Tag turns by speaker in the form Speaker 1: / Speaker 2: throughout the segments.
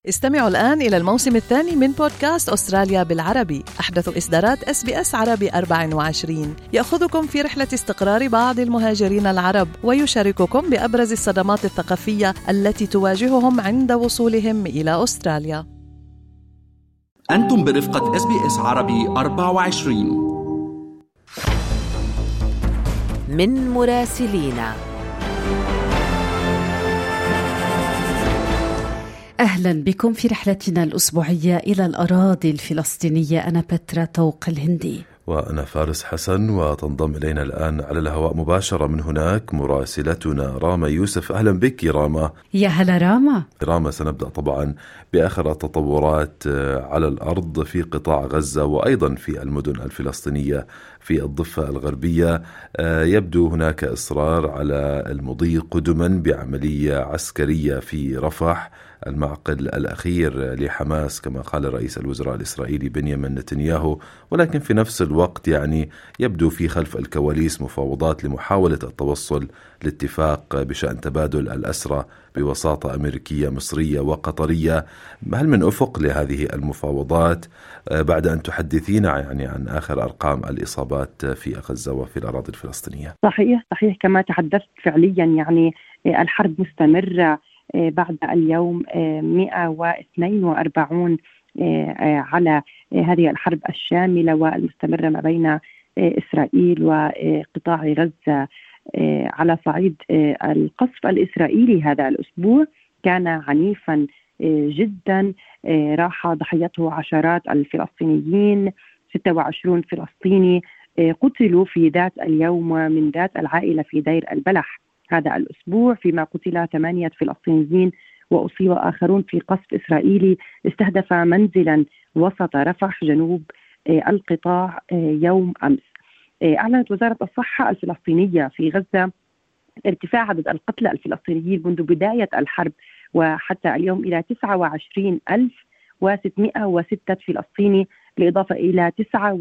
Speaker 1: استمعوا الآن إلى الموسم الثاني من بودكاست أستراليا بالعربي، أحدث إصدارات SBS عربي 24، يأخذكم في رحلة استقرار بعض المهاجرين العرب ويشارككم بأبرز الصدمات الثقافية التي تواجههم عند وصولهم إلى أستراليا.
Speaker 2: أنتم برفقة SBS عربي 24.
Speaker 3: من مراسلينا. أهلا بكم في رحلتنا الأسبوعية إلى الأراضي الفلسطينية. أنا بترا طوق الهندي
Speaker 4: وأنا فارس حسن، وتنضم إلينا الآن على الهواء مباشرة من هناك مراسلتنا راما يوسف. أهلا بك راما.
Speaker 3: يا هلا راما.
Speaker 4: راما، سنبدأ طبعا بآخر التطورات على الأرض في قطاع غزة وأيضا في المدن الفلسطينية في الضفة الغربية. يبدو هناك إصرار على المضي قدما بعملية عسكرية في رفح، المعقل الأخير لحماس كما قال رئيس الوزراء الإسرائيلي بنيامين نتنياهو، ولكن في نفس الوقت يبدو في خلف الكواليس مفاوضات لمحاولة التوصل لاتفاق بشأن تبادل الأسرى بوساطة أمريكية مصرية وقطرية. هل من أفق لهذه المفاوضات بعد أن تحدثينا عن آخر أرقام الإصابات في غزة وفي الأراضي الفلسطينية؟
Speaker 5: صحيح كما تحدثت فعليا الحرب مستمرة بعد اليوم 142 على هذه الحرب الشاملة والمستمرة ما بين إسرائيل وقطاع غزة. على صعيد القصف الإسرائيلي هذا الأسبوع كان عنيفا جدا، راح ضحيته عشرات الفلسطينيين. 26 فلسطيني قتلوا في ذات اليوم من ذات العائلة في دير البلح هذا الأسبوع، فيما قتل 8 فلسطينيين وأصيب آخرون في قصف إسرائيلي استهدف منزلا وسط رفح جنوب القطاع يوم أمس. أعلنت وزارة الصحة الفلسطينية في غزة ارتفاع عدد القتلى الفلسطينيين منذ بداية الحرب وحتى اليوم إلى 29606 فلسطيني، بالإضافة إلى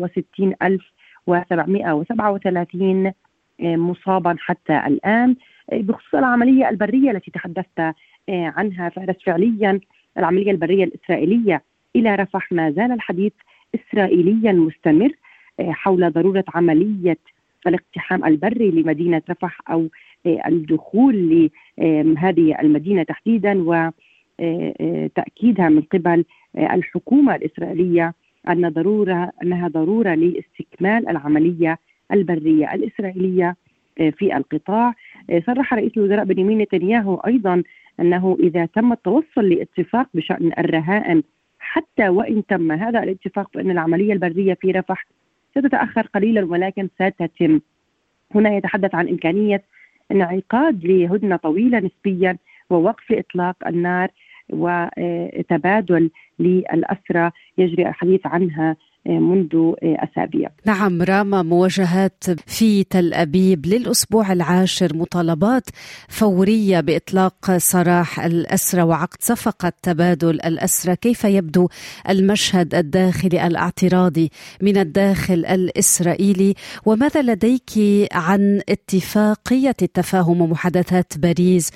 Speaker 5: 69737 مصابا حتى الآن. بخصوص العملية البرية التي تحدثت عنها فارس، فعليا العملية البرية الإسرائيلية إلى رفح ما زال الحديث إسرائيليا مستمر حول ضرورة عملية الاقتحام البري لمدينة رفح أو الدخول لهذه المدينة تحديدا، وتأكيدها من قبل الحكومة الإسرائيلية أنها ضرورة لاستكمال العملية البرية الإسرائيلية في القطاع. صرح رئيس الوزراء بنيامين نتنياهو أيضا أنه إذا تم التوصل لاتفاق بشأن الرهائن، حتى وإن تم هذا الاتفاق، فإن العملية البرية في رفح ستتأخر قليلا ولكن ستتم. هنا يتحدث عن إمكانية انعقاد لهدنة طويلة نسبيا ووقف لإطلاق النار وتبادل للأسرى يجري الحديث عنها منذ أسابيع.
Speaker 3: نعم راما، مواجهات في تل أبيب للأسبوع العاشر، مطالبات فورية بإطلاق سراح الأسرى وعقد صفقة تبادل الأسرى. كيف يبدو المشهد الداخلي الاعتراضي من الداخل الإسرائيلي؟ وماذا لديك عن اتفاقية التفاهم ومحادثات باريس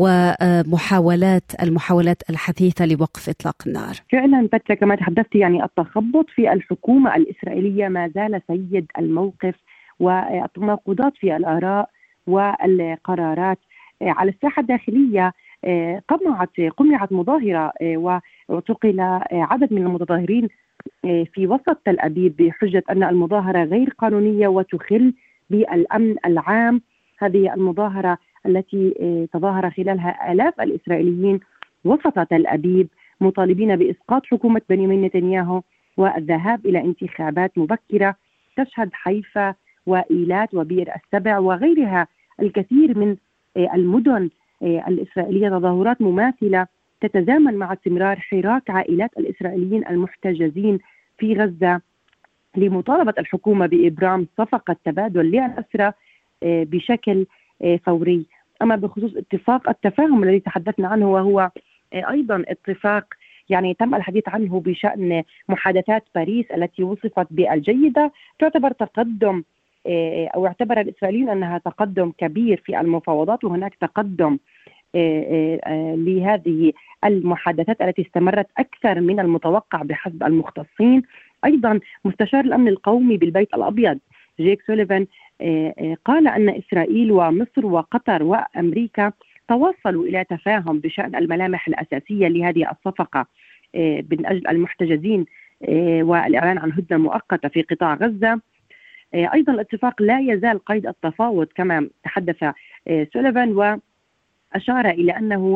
Speaker 3: المحاولات الحثيثة لوقف إطلاق النار؟
Speaker 5: فعلا بترا، كما تحدثت التخبط في الحكومة الإسرائيلية ما زال سيد الموقف، والتناقضات في الآراء والقرارات. على الساحة الداخلية قمعت مظاهرة واعتقل عدد من المتظاهرين في وسط تل أبيب بحجة أن المظاهرة غير قانونية وتخل بالأمن العام. هذه المظاهرة التي تظاهر خلالها آلاف الإسرائيليين وسط تل أبيب مطالبين بإسقاط حكومة بنيامين نتنياهو والذهاب إلى انتخابات مبكرة. تشهد حيفا وإيلات وبئر السبع وغيرها الكثير من المدن الإسرائيلية تظاهرات مماثلة تتزامن مع استمرار حراك عائلات الإسرائيليين المحتجزين في غزة لمطالبة الحكومة بإبرام صفقة تبادل للأسرى بشكل فوري. أما بخصوص اتفاق التفاهم الذي تحدثنا عنه، وهو أيضا اتفاق تم الحديث عنه بشأن محادثات باريس التي وصفت بالجيدة، تعتبر تقدم أو اعتبر الإسرائيليون أنها تقدم كبير في المفاوضات، وهناك تقدم لهذه المحادثات التي استمرت أكثر من المتوقع بحسب المختصين. أيضا مستشار الأمن القومي بالبيت الأبيض جيك سوليفان قال أن إسرائيل ومصر وقطر وأمريكا توصلوا إلى تفاهم بشأن الملامح الأساسية لهذه الصفقة من أجل المحتجزين والإعلان عن هدنة مؤقتة في قطاع غزة. أيضا الاتفاق لا يزال قيد التفاوض كما تحدث سوليفان، وأشار إلى أنه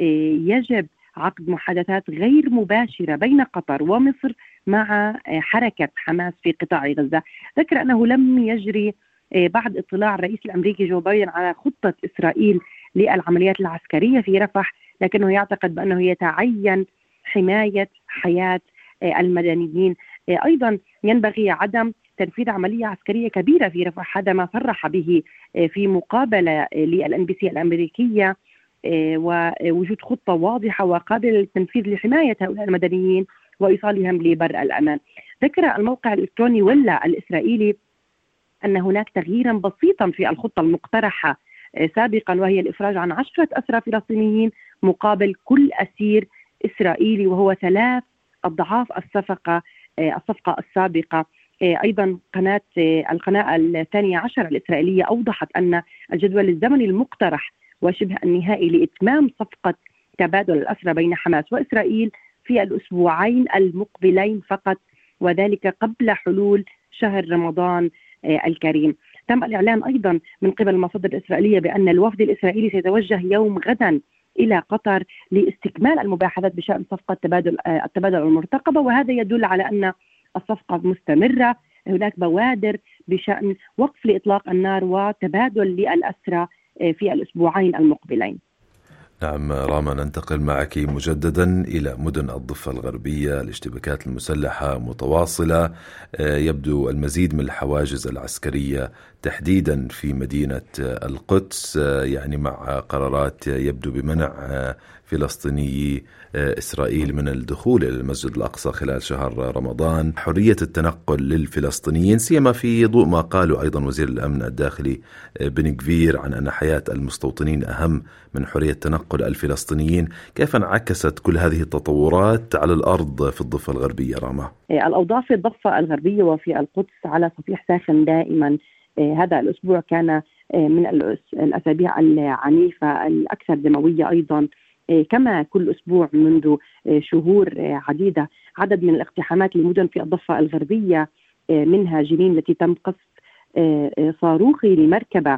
Speaker 5: يجب عقد محادثات غير مباشرة بين قطر ومصر مع حركة حماس في قطاع غزة. ذكر أنه لم يجري بعد اطلاع الرئيس الأمريكي جو بايدن على خطة إسرائيل للعمليات العسكرية في رفح، لكنه يعتقد بأنه يتعين حماية حياة المدنيين. أيضا ينبغي عدم تنفيذ عملية عسكرية كبيرة في رفح، هذا ما صرح به في مقابلة للNBC الأمريكية، ووجود خطة واضحة وقابلة للتنفيذ لحماية هؤلاء المدنيين وإيصالهم لبر الأمان. ذكر الموقع الإلكتروني ولا الإسرائيلي أن هناك تغييرا بسيطا في الخطة المقترحة سابقا، وهي الإفراج عن 10 أسرى فلسطينيين مقابل كل أسير إسرائيلي، وهو 3 أضعاف الصفقة السابقة. أيضا القناة 12 الإسرائيلية أوضحت أن الجدول الزمني المقترح وشبه النهائي لإتمام صفقة تبادل الأسرى بين حماس وإسرائيل في الأسبوعين المقبلين فقط، وذلك قبل حلول شهر رمضان الكريم. تم الإعلان أيضا من قبل المصادر الإسرائيلية بأن الوفد الإسرائيلي سيتوجه يوم غدا إلى قطر لاستكمال المباحثات بشأن صفقة التبادل المرتقبة، وهذا يدل على أن الصفقة مستمرة. هناك بوادر بشأن وقف لإطلاق النار وتبادل للأسرى في الأسبوعين المقبلين.
Speaker 4: نعم راما، ننتقل معك مجددا إلى مدن الضفة الغربية. الاشتباكات المسلحة متواصلة، يبدو المزيد من الحواجز العسكرية تحديدا في مدينة القدس، يعني مع قرارات يبدو بمنع فلسطيني إسرائيل من الدخول إلى المسجد الأقصى خلال شهر رمضان. حرية التنقل للفلسطينيين، سيما في ضوء ما قالوا أيضا وزير الأمن الداخلي بن غفير عن أن حياة المستوطنين أهم من حرية تنقل الفلسطينيين. كيف انعكست كل هذه التطورات على الأرض في الضفة الغربية راما؟
Speaker 5: الأوضاع في الضفة الغربية وفي القدس على صفيح ساخن دائما. هذا الأسبوع كان من الأسابيع العنيفة الأكثر دموية أيضا، كما كل أسبوع منذ شهور عديدة. عدد من الاقتحامات لمدن في الضفة الغربية، منها جنين التي تم قصف صاروخي لمركبة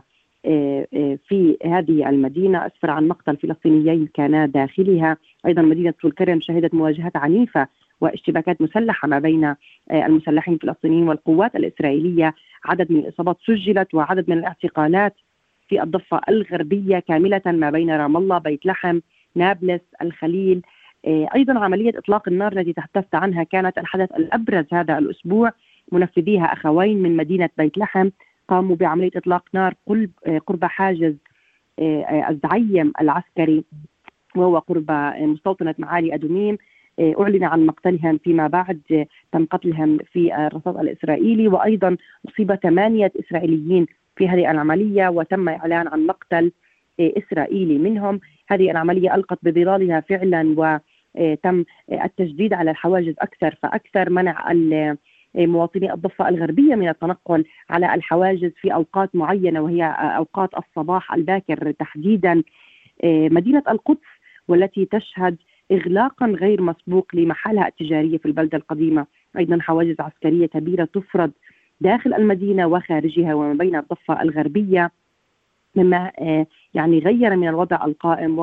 Speaker 5: في هذه المدينة أسفر عن مقتل فلسطينيين كانا داخلها. أيضا مدينة طول كرم شهدت مواجهات عنيفة واشتباكات مسلحة ما بين المسلحين الفلسطينيين والقوات الإسرائيلية. عدد من الإصابات سجلت وعدد من الاعتقالات في الضفة الغربية كاملة ما بين رام الله، بيت لحم، نابلس، الخليل. أيضا عملية إطلاق النار التي تحدثت عنها كانت الحدث الأبرز هذا الأسبوع. منفذيها أخوين من مدينة بيت لحم قاموا بعملية إطلاق نار قرب حاجز الزعيم العسكري، وهو قرب مستوطنة معالي أدوميم. أعلن عن مقتلهم فيما بعد تم قتلهم في الرصاص الإسرائيلي، وأيضا أصيب 8 إسرائيليين في هذه العملية وتم إعلان عن مقتل إسرائيلي منهم. هذه العملية ألقت بظلالها فعلا، وتم التجديد على الحواجز أكثر فأكثر، منع مواطني الضفة الغربية من التنقل على الحواجز في أوقات معينة، وهي أوقات الصباح الباكر تحديدا. مدينة القدس والتي تشهد إغلاقا غير مسبوق لمحالها التجارية في البلدة القديمة، أيضا حواجز عسكرية كبيرة تفرض داخل المدينة وخارجها وما بين الضفة الغربية، مما يعني غير من الوضع القائم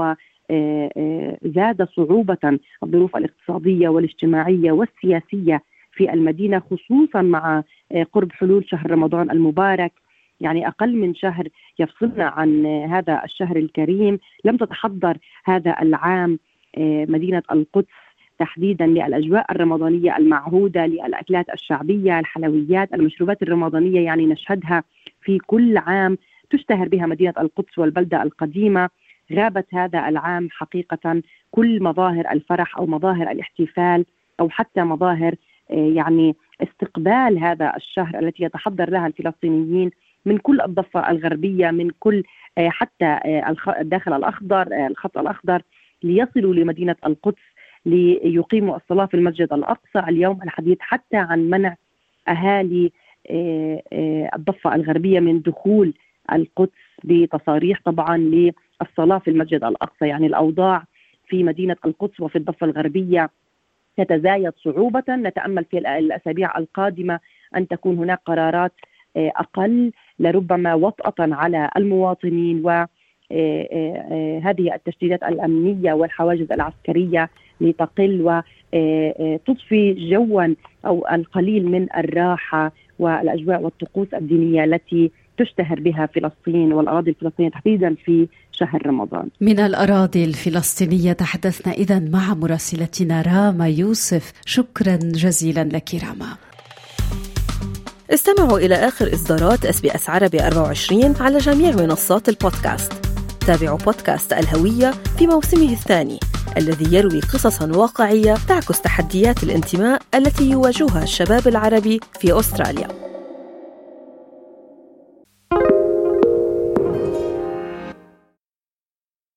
Speaker 5: وزاد صعوبة الظروف الاقتصادية والاجتماعية والسياسية في المدينة، خصوصا مع قرب حلول شهر رمضان المبارك. يعني أقل من شهر يفصلنا عن هذا الشهر الكريم. لم تتحضر هذا العام مدينة القدس تحديدا للأجواء الرمضانية المعهودة، للأكلات الشعبية، الحلويات، المشروبات الرمضانية، يعني نشهدها في كل عام، تشتهر بها مدينة القدس والبلدة القديمة. غابت هذا العام حقيقة كل مظاهر الفرح أو مظاهر الاحتفال أو حتى مظاهر يعني استقبال هذا الشهر التي يتحضر لها الفلسطينيين من كل الضفة الغربية، من كل حتى الداخل الأخضر، الخط الأخضر، ليصلوا لمدينة القدس ليقيموا الصلاة في المسجد الأقصى. اليوم الحديث حتى عن منع أهالي الضفة الغربية من دخول القدس بتصاريح طبعا للصلاة في المسجد الأقصى. يعني الأوضاع في مدينة القدس وفي الضفة الغربية تتزايد صعوبة. نتأمل في الأسابيع القادمة أن تكون هناك قرارات أقل لربما وطأة على المواطنين، وهذه التشديدات الأمنية والحواجز العسكرية لتقل وتضفي جوا أو القليل من الراحة والأجواء والطقوس الدينية التي تشتهر بها فلسطين والأراضي الفلسطينية تحديدا في شهر رمضان.
Speaker 3: من الأراضي الفلسطينية تحدثنا إذن مع مراسلتنا راما يوسف. شكرا جزيلا لك راما.
Speaker 1: استمعوا إلى آخر إصدارات SBS عربي 24 على جميع منصات البودكاست. تابعوا بودكاست الهوية في موسمه الثاني الذي يروي قصصا واقعية تعكس تحديات الانتماء التي يواجهها الشباب العربي في أستراليا.